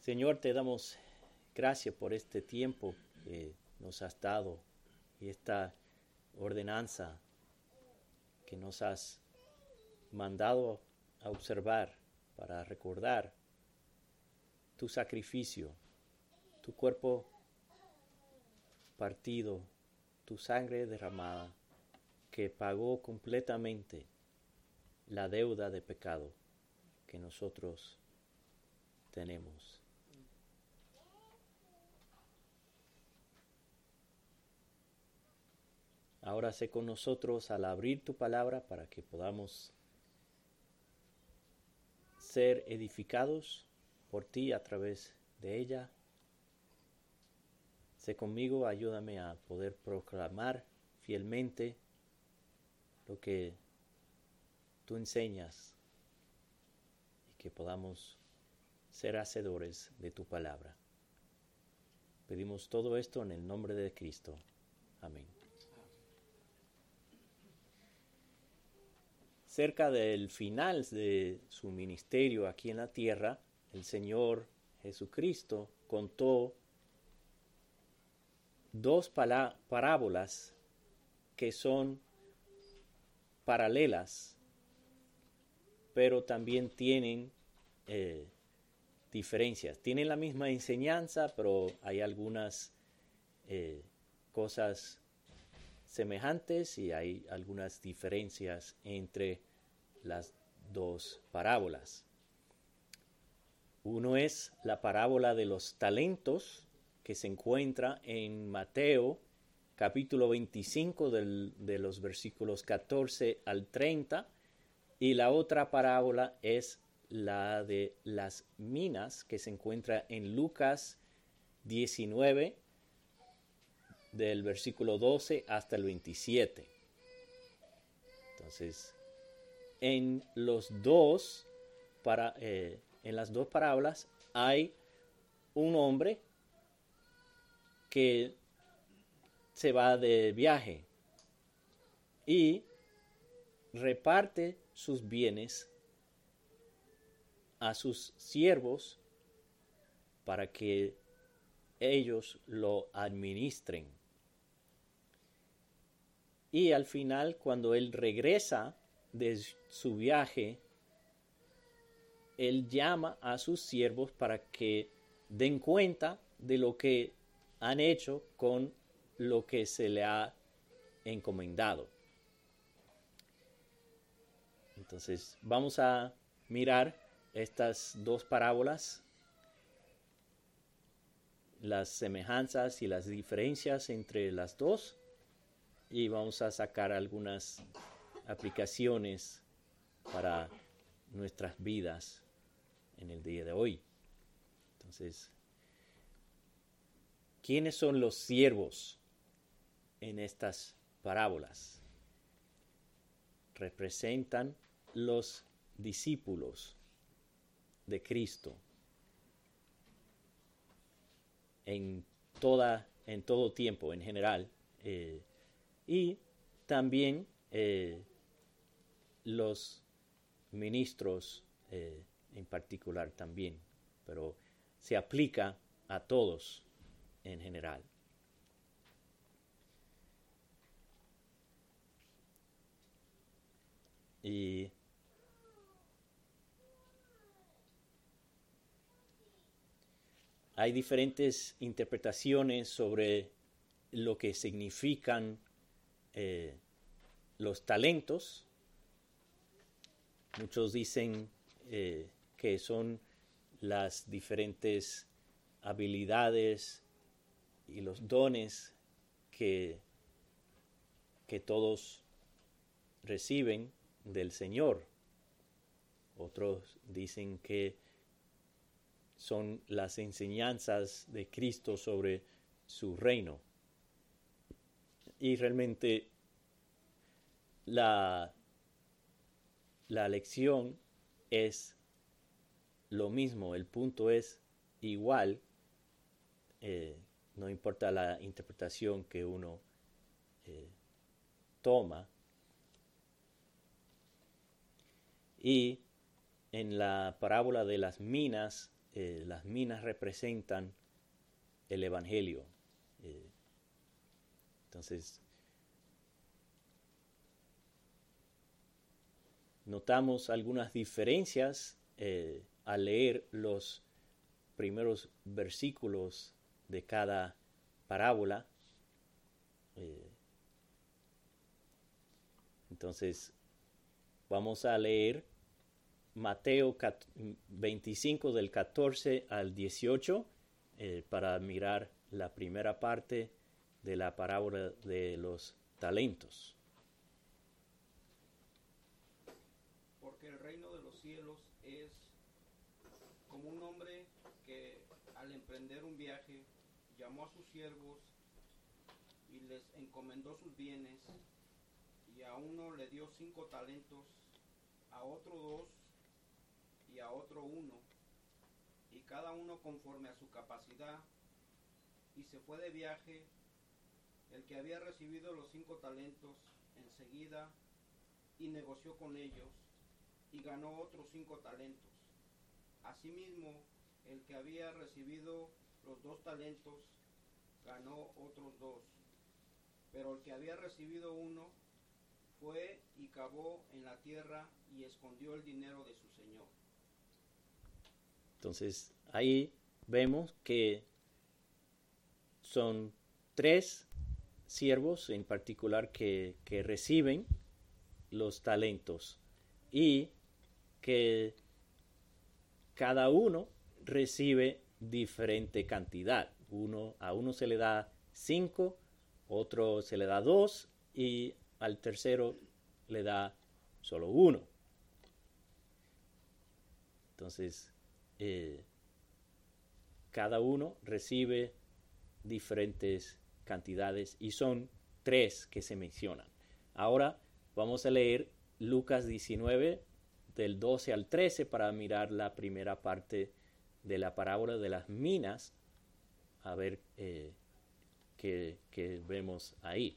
Señor, te damos gracias por este tiempo que nos has dado y esta ordenanza que nos has mandado a observar para recordar tu sacrificio, tu cuerpo partido, tu sangre derramada, que pagó completamente la deuda de pecado que nosotros tenemos. Ahora sé con nosotros al abrir tu palabra para que podamos ser edificados por ti a través de ella. Sé conmigo, ayúdame a poder proclamar fielmente lo que tú enseñas y que podamos ser hacedores de tu palabra. Pedimos todo esto en el nombre de Cristo. Amén. Cerca del final de su ministerio aquí en la tierra, el Señor Jesucristo contó dos parábolas que son paralelas, pero también tienen diferencias. Tienen la misma enseñanza, pero hay algunas cosas semejantes y hay algunas diferencias entre las dos parábolas. Uno es la parábola de los talentos, que se encuentra en Mateo capítulo 25 de los versículos 14 al 30, y la otra parábola es la de las minas, que se encuentra en Lucas 19 del versículo 12 hasta el 27. Entonces, en las dos parábolas hay un hombre que se va de viaje y reparte sus bienes a sus siervos para que ellos lo administren. Y al final, cuando él regresa de su viaje, él llama a sus siervos para que den cuenta de lo que han hecho con lo que se le ha encomendado. Entonces, vamos a mirar estas dos parábolas, las semejanzas y las diferencias entre las dos, y vamos a sacar algunas aplicaciones para nuestras vidas en el día de hoy. Entonces, ¿quiénes son los siervos en estas parábolas? Representan los discípulos de Cristo en todo tiempo, en general, y también los ministros en particular también, pero se aplica a todos en general. Y hay diferentes interpretaciones sobre lo que significan los talentos. Muchos dicen que son las diferentes habilidades y los dones que todos reciben del Señor. Otros dicen que son las enseñanzas de Cristo sobre su reino. Y realmente la lección es lo mismo, el punto es igual, no importa la interpretación que uno toma. Y en la parábola de las minas las minas representan el Evangelio. Entonces, notamos algunas diferencias al leer los primeros versículos de cada parábola. Entonces, vamos a leer Mateo 25 del 14 al 18 para mirar la primera parte de la parábola de los talentos. Porque el reino de los cielos es como un hombre que al emprender un viaje llamó a sus siervos y les encomendó sus bienes, y a uno le dio 5 talentos, a otro 2 y a otro 1, y cada uno conforme a su capacidad, y se fue de viaje. El que había recibido los 5 talentos enseguida y negoció con ellos y ganó otros 5 talentos. Asimismo, el que había recibido los 2 talentos ganó otros 2. Pero el que había recibido 1 fue y cavó en la tierra y escondió el dinero de su señor. Entonces, ahí vemos que son 3 siervos en particular que reciben los talentos y que cada uno recibe diferente cantidad. A uno se le da 5, otro se le da 2 y al tercero le da solo 1. Entonces, cada uno recibe diferentes cantidades y son 3 que se mencionan. Ahora vamos a leer Lucas 19 del 12 al 13 para mirar la primera parte de la parábola de las minas, a ver qué vemos ahí.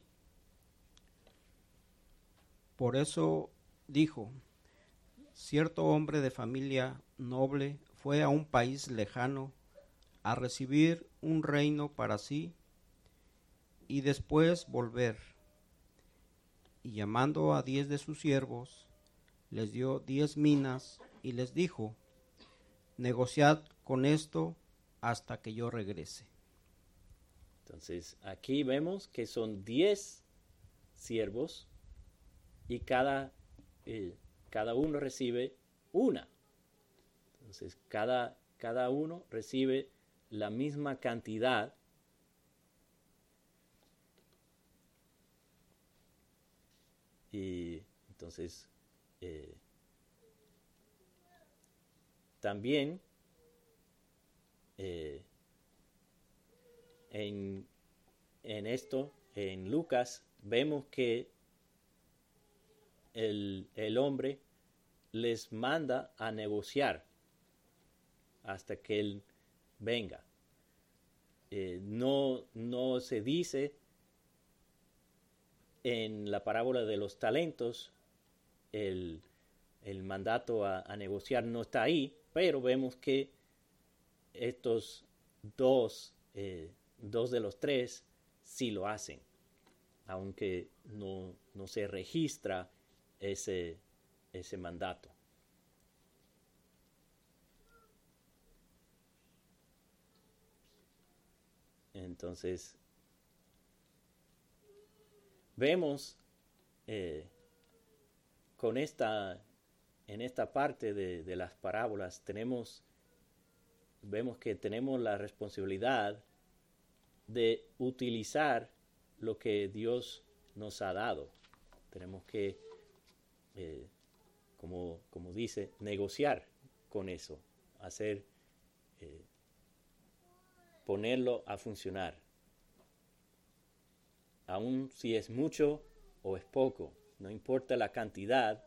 Por eso dijo: cierto hombre de familia noble fue a un país lejano a recibir un reino para sí y después volver. Y llamando a 10 de sus siervos, les dio 10 minas y les dijo: negociad con esto hasta que yo regrese. Entonces aquí vemos que son 10 siervos y cada uno recibe una. Entonces cada uno recibe la misma cantidad. Y entonces también en esto, en Lucas, vemos que el hombre les manda a negociar hasta que él venga. No se dice en la parábola de los talentos, el mandato a negociar no está ahí, pero vemos que estos dos de los 3 sí lo hacen, aunque no se registra ese mandato. Entonces, vemos en esta parte de las parábolas vemos que tenemos la responsabilidad de utilizar lo que Dios nos ha dado. Tenemos que, como dice, negociar con eso, ponerlo a funcionar. Aun si es mucho o es poco, no importa la cantidad,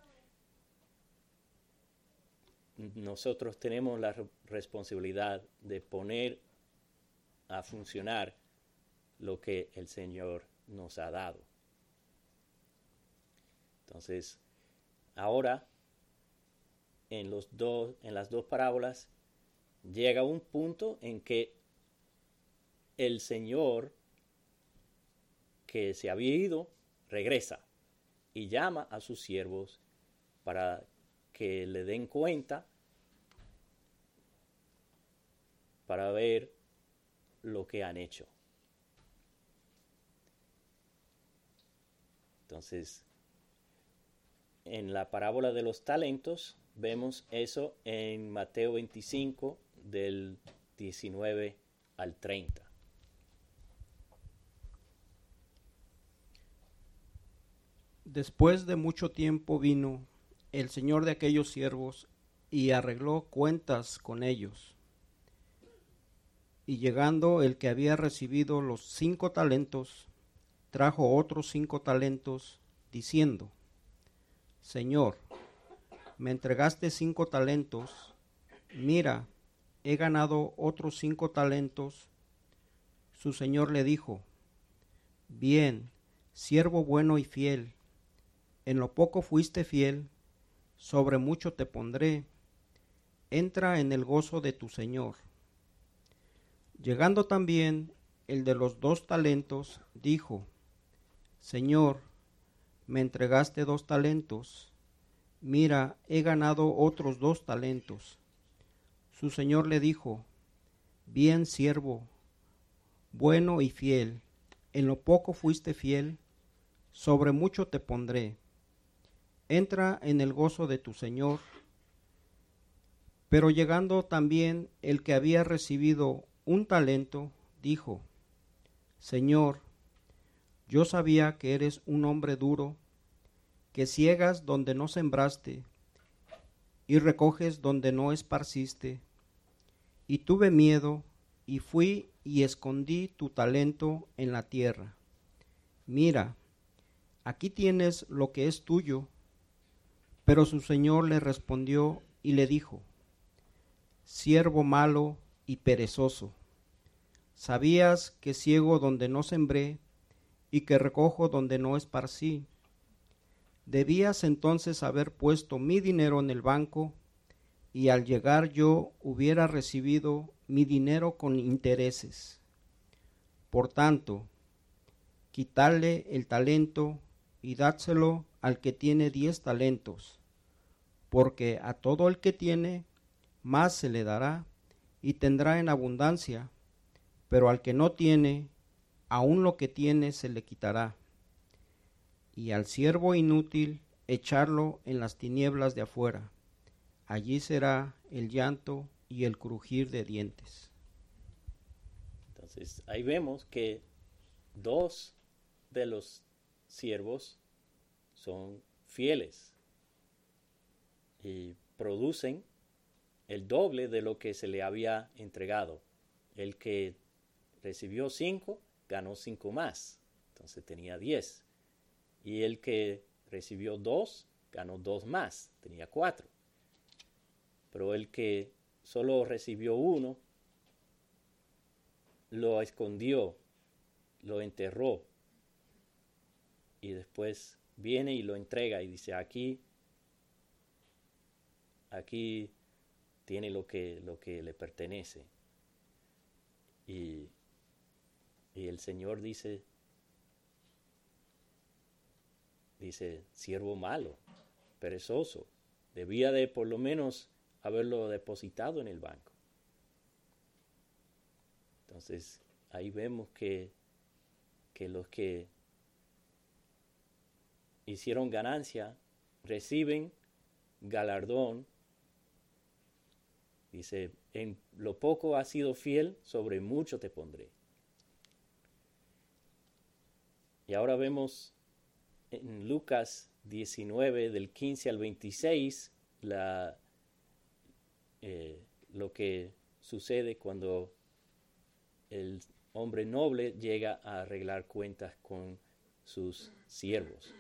nosotros tenemos la responsabilidad de poner a funcionar lo que el Señor nos ha dado. Entonces, ahora en las dos parábolas llega un punto en que el señor que se había ido regresa y llama a sus siervos para que le den cuenta, para ver lo que han hecho. Entonces, en la parábola de los talentos vemos eso en Mateo 25 del 19 al 30. Después de mucho tiempo vino el señor de aquellos siervos y arregló cuentas con ellos. Y llegando el que había recibido los 5 talentos, trajo otros 5 talentos, diciendo: Señor, me entregaste 5 talentos, mira, he ganado otros 5 talentos. Su señor le dijo: Bien, siervo bueno y fiel, en lo poco fuiste fiel, sobre mucho te pondré, entra en el gozo de tu señor. Llegando también el de los 2 talentos, dijo: Señor, me entregaste 2 talentos, mira, he ganado otros 2 talentos. Su señor le dijo: Bien, siervo, bueno y fiel, en lo poco fuiste fiel, sobre mucho te pondré, entra en el gozo de tu señor. Pero llegando también el que había recibido 1 talento, dijo: Señor, yo sabía que eres un hombre duro, que ciegas donde no sembraste y recoges donde no esparciste. Y tuve miedo y fui y escondí tu talento en la tierra. Mira, aquí tienes lo que es tuyo. Pero su señor le respondió y le dijo: Siervo malo y perezoso, sabías que ciego donde no sembré y que recojo donde no esparcí. Debías entonces haber puesto mi dinero en el banco, y al llegar yo hubiera recibido mi dinero con intereses. Por tanto, quitadle el talento y dádselo al que tiene 10 talentos, porque a todo el que tiene, más se le dará y tendrá en abundancia, pero al que no tiene, aun lo que tiene se le quitará. Y al siervo inútil echarlo en las tinieblas de afuera, allí será el llanto y el crujir de dientes. Entonces, ahí vemos que 2 de los siervos son fieles y producen el doble de lo que se le había entregado. El que recibió 5 ganó 5 más, entonces tenía 10. Y el que recibió 2 ganó 2 más, tenía 4. Pero el que solo recibió 1 lo escondió, lo enterró y después viene y lo entrega y dice: aquí tiene lo que le pertenece. Y el Señor dice, siervo malo, perezoso, debía de por lo menos haberlo depositado en el banco. Entonces ahí vemos que los que hicieron ganancia reciben galardón. Dice: en lo poco has sido fiel, sobre mucho te pondré. Y ahora vemos en Lucas 19, del 15 al 26, lo que sucede cuando el hombre noble llega a arreglar cuentas con sus siervos.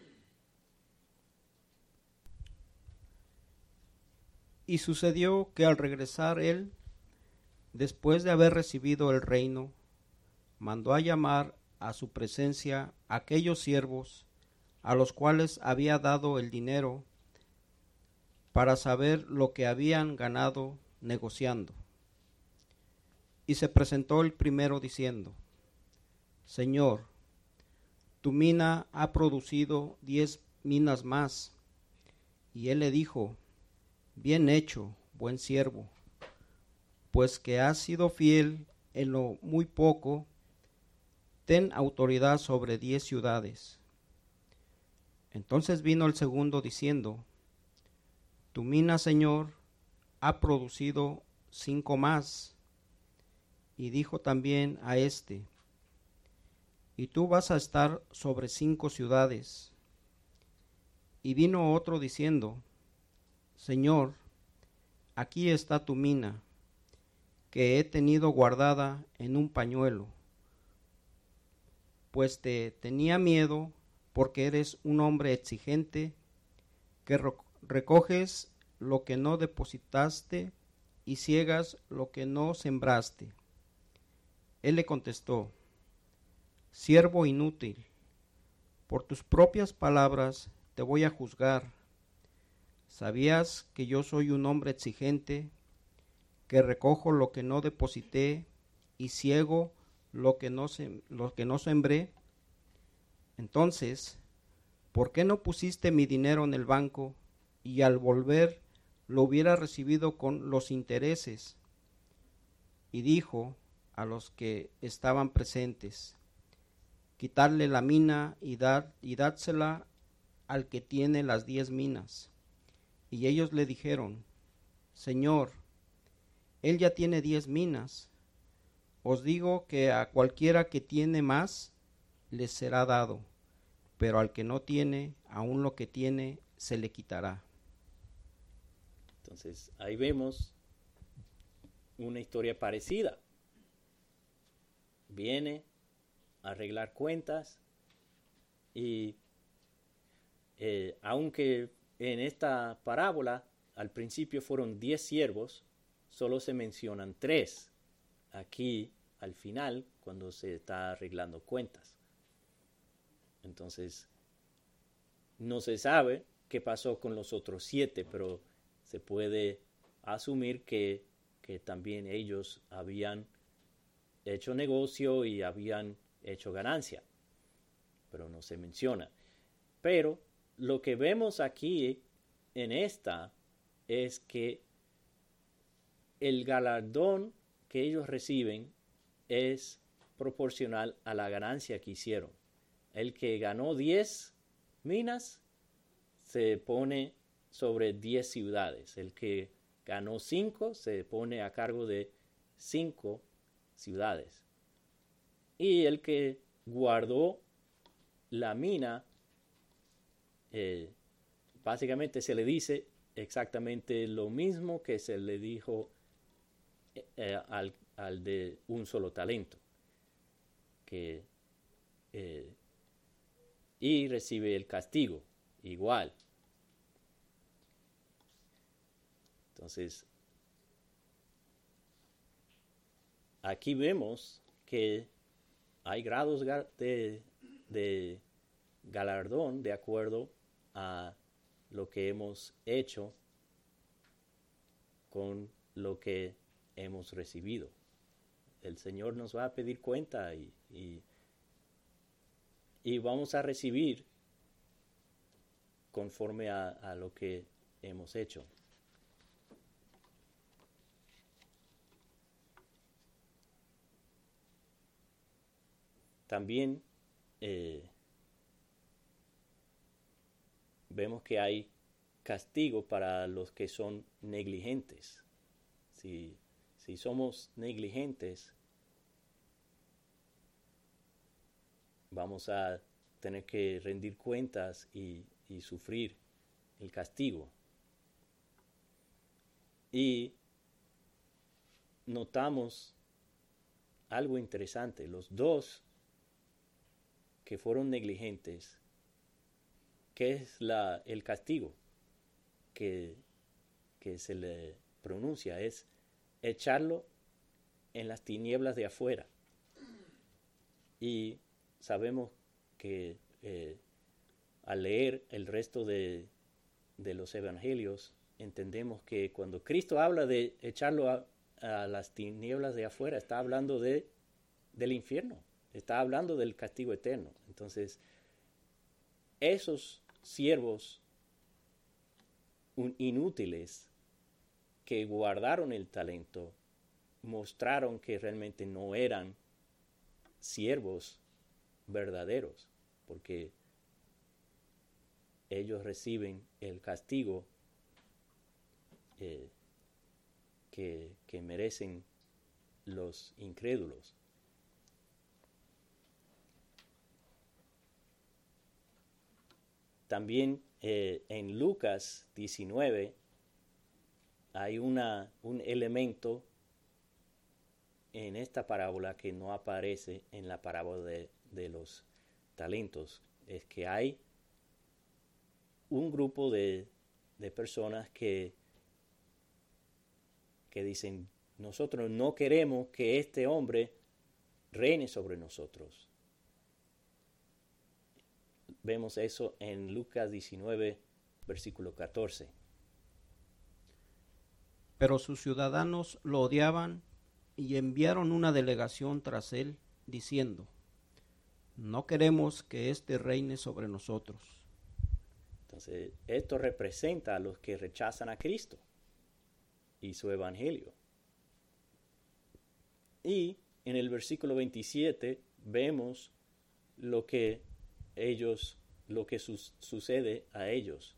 Y sucedió que al regresar él, después de haber recibido el reino, mandó a llamar a su presencia a aquellos siervos a los cuales había dado el dinero, para saber lo que habían ganado negociando. Y se presentó el primero diciendo: Señor, tu mina ha producido 10 minas más. Y él le dijo: Bien hecho, buen siervo, pues que has sido fiel en lo muy poco, ten autoridad sobre 10 ciudades. Entonces vino el segundo diciendo: Tu mina, Señor, ha producido 5 más. Y dijo también a éste: Y tú vas a estar sobre 5 ciudades. Y vino otro diciendo: Señor, aquí está tu mina, que he tenido guardada en un pañuelo, pues te tenía miedo, porque eres un hombre exigente, que recoges lo que no depositaste y ciegas lo que no sembraste. Él le contestó: Siervo inútil, por tus propias palabras te voy a juzgar. ¿Sabías que yo soy un hombre exigente, que recojo lo que no deposité y ciego lo que no sembré? Entonces, ¿por qué no pusiste mi dinero en el banco y al volver lo hubiera recibido con los intereses? Y dijo a los que estaban presentes: Quitarle la mina y dádsela al que tiene las 10 minas. Y ellos le dijeron: Señor, él ya tiene 10 minas. Os digo que a cualquiera que tiene más, les será dado, pero al que no tiene, aun lo que tiene, se le quitará. Entonces, ahí vemos una historia parecida. Viene a arreglar cuentas y aunque en esta parábola al principio fueron 10 siervos, solo se mencionan 3 aquí al final cuando se está arreglando cuentas. Entonces, no se sabe qué pasó con los otros 7, pero se puede asumir que también ellos habían hecho negocio y habían hecho ganancia, pero no se menciona. Pero lo que vemos aquí en esta es que el galardón que ellos reciben es proporcional a la ganancia que hicieron. El que ganó 10 minas se pone sobre 10 ciudades. El que ganó 5 se pone a cargo de 5 ciudades. Y el que guardó la mina, básicamente se le dice exactamente lo mismo que se le dijo al de un solo talento, y recibe el castigo igual. Entonces, aquí vemos que hay grados de galardón de acuerdo a lo que hemos hecho con lo que hemos recibido. El Señor nos va a pedir cuenta y vamos a recibir conforme a lo que hemos hecho. También vemos que hay castigo para los que son negligentes. Si somos negligentes, vamos a tener que rendir cuentas y sufrir el castigo. Y notamos algo interesante. Los dos que fueron negligentes, ¿qué es el castigo que se le pronuncia? Es echarlo en las tinieblas de afuera. Y sabemos que al leer el resto de los evangelios, entendemos que cuando Cristo habla de echarlo a las tinieblas de afuera, está hablando del infierno, está hablando del castigo eterno. Entonces, esos siervos inútiles que guardaron el talento mostraron que realmente no eran siervos verdaderos, porque ellos reciben el castigo que merecen los incrédulos. También en Lucas 19 hay un elemento en esta parábola que no aparece en la parábola de los talentos. Es que hay un grupo de personas que dicen, nosotros no queremos que este hombre reine sobre nosotros. Vemos eso en Lucas 19, versículo 14. Pero sus ciudadanos lo odiaban y enviaron una delegación tras él, diciendo, no queremos que éste reine sobre nosotros. Entonces, esto representa a los que rechazan a Cristo y su evangelio. Y en el versículo 27 vemos lo que sucede a ellos.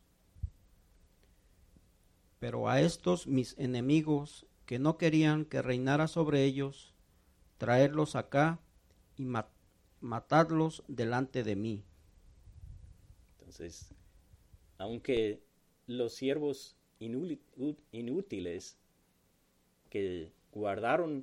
Pero a estos mis enemigos, que no querían que reinara sobre ellos, traerlos acá y matadlos delante de mí. Entonces, aunque los siervos inútiles que guardaron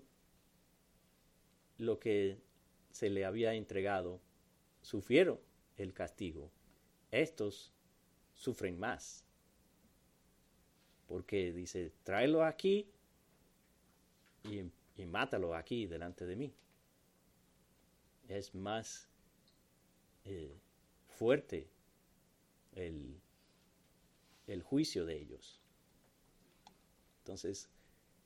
lo que se le había entregado, sufrieron el castigo, estos sufren más. Porque dice, tráelo aquí y mátalo aquí delante de mí. Es más fuerte el juicio de ellos. Entonces,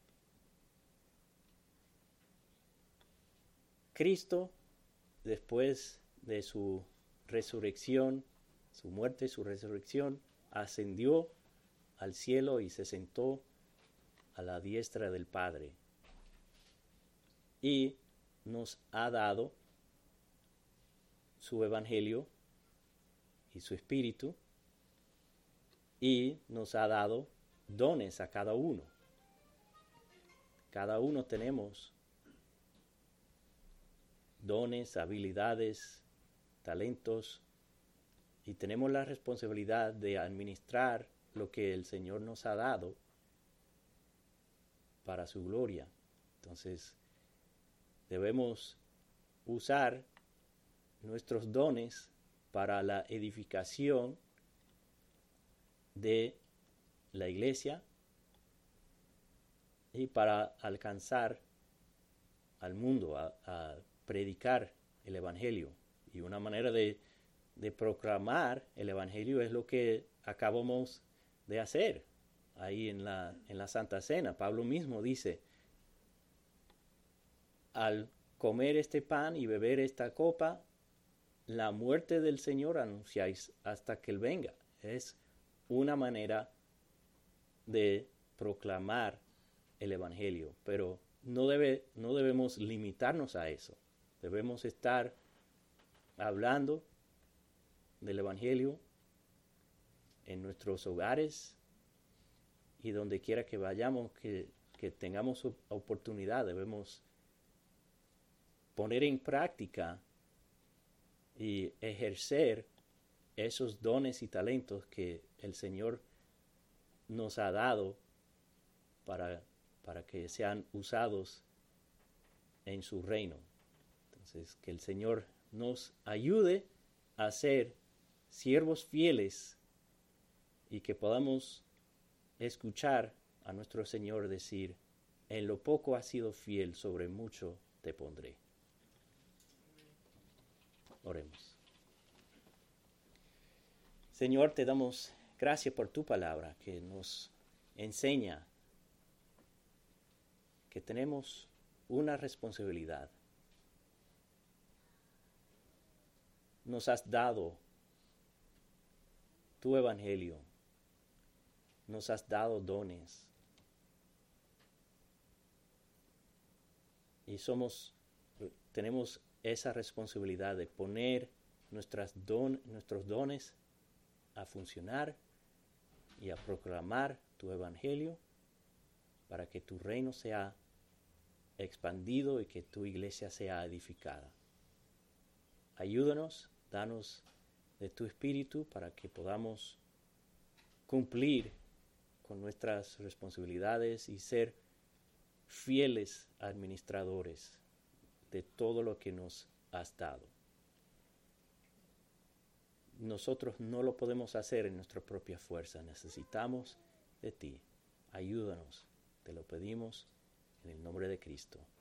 Cristo, después de su resurrección, su muerte y su resurrección, ascendió al cielo y se sentó a la diestra del Padre. Y nos ha dado su evangelio y su espíritu, y nos ha dado dones a cada uno. Cada uno tenemos dones, habilidades, talentos, y tenemos la responsabilidad de administrar lo que el Señor nos ha dado para su gloria. Entonces, debemos usar nuestros dones para la edificación de la iglesia y para alcanzar al mundo, a predicar el evangelio. Y una manera de proclamar el evangelio es lo que acabamos de hacer ahí en la Santa Cena. Pablo mismo dice, al comer este pan y beber esta copa, la muerte del Señor anunciáis hasta que Él venga. Es una manera de proclamar el evangelio, pero no debemos limitarnos a eso. Debemos estar hablando del evangelio en nuestros hogares y donde quiera que vayamos, que tengamos oportunidad. Debemos poner en práctica y ejercer esos dones y talentos que el Señor nos ha dado para que sean usados en su reino. Entonces, que el Señor nos ayude a ser siervos fieles y que podamos escuchar a nuestro Señor decir, en lo poco has sido fiel, sobre mucho te pondré. Oremos. Señor, te damos gracias por tu palabra que nos enseña que tenemos una responsabilidad. Nos has dado tu evangelio, nos has dado dones y tenemos esa responsabilidad de poner nuestros dones a funcionar y a proclamar tu evangelio para que tu reino sea expandido y que tu iglesia sea edificada. Ayúdanos, danos de tu espíritu para que podamos cumplir con nuestras responsabilidades y ser fieles administradores de todo lo que nos has dado. Nosotros no lo podemos hacer en nuestra propia fuerza, necesitamos de ti. Ayúdanos, te lo pedimos en el nombre de Cristo.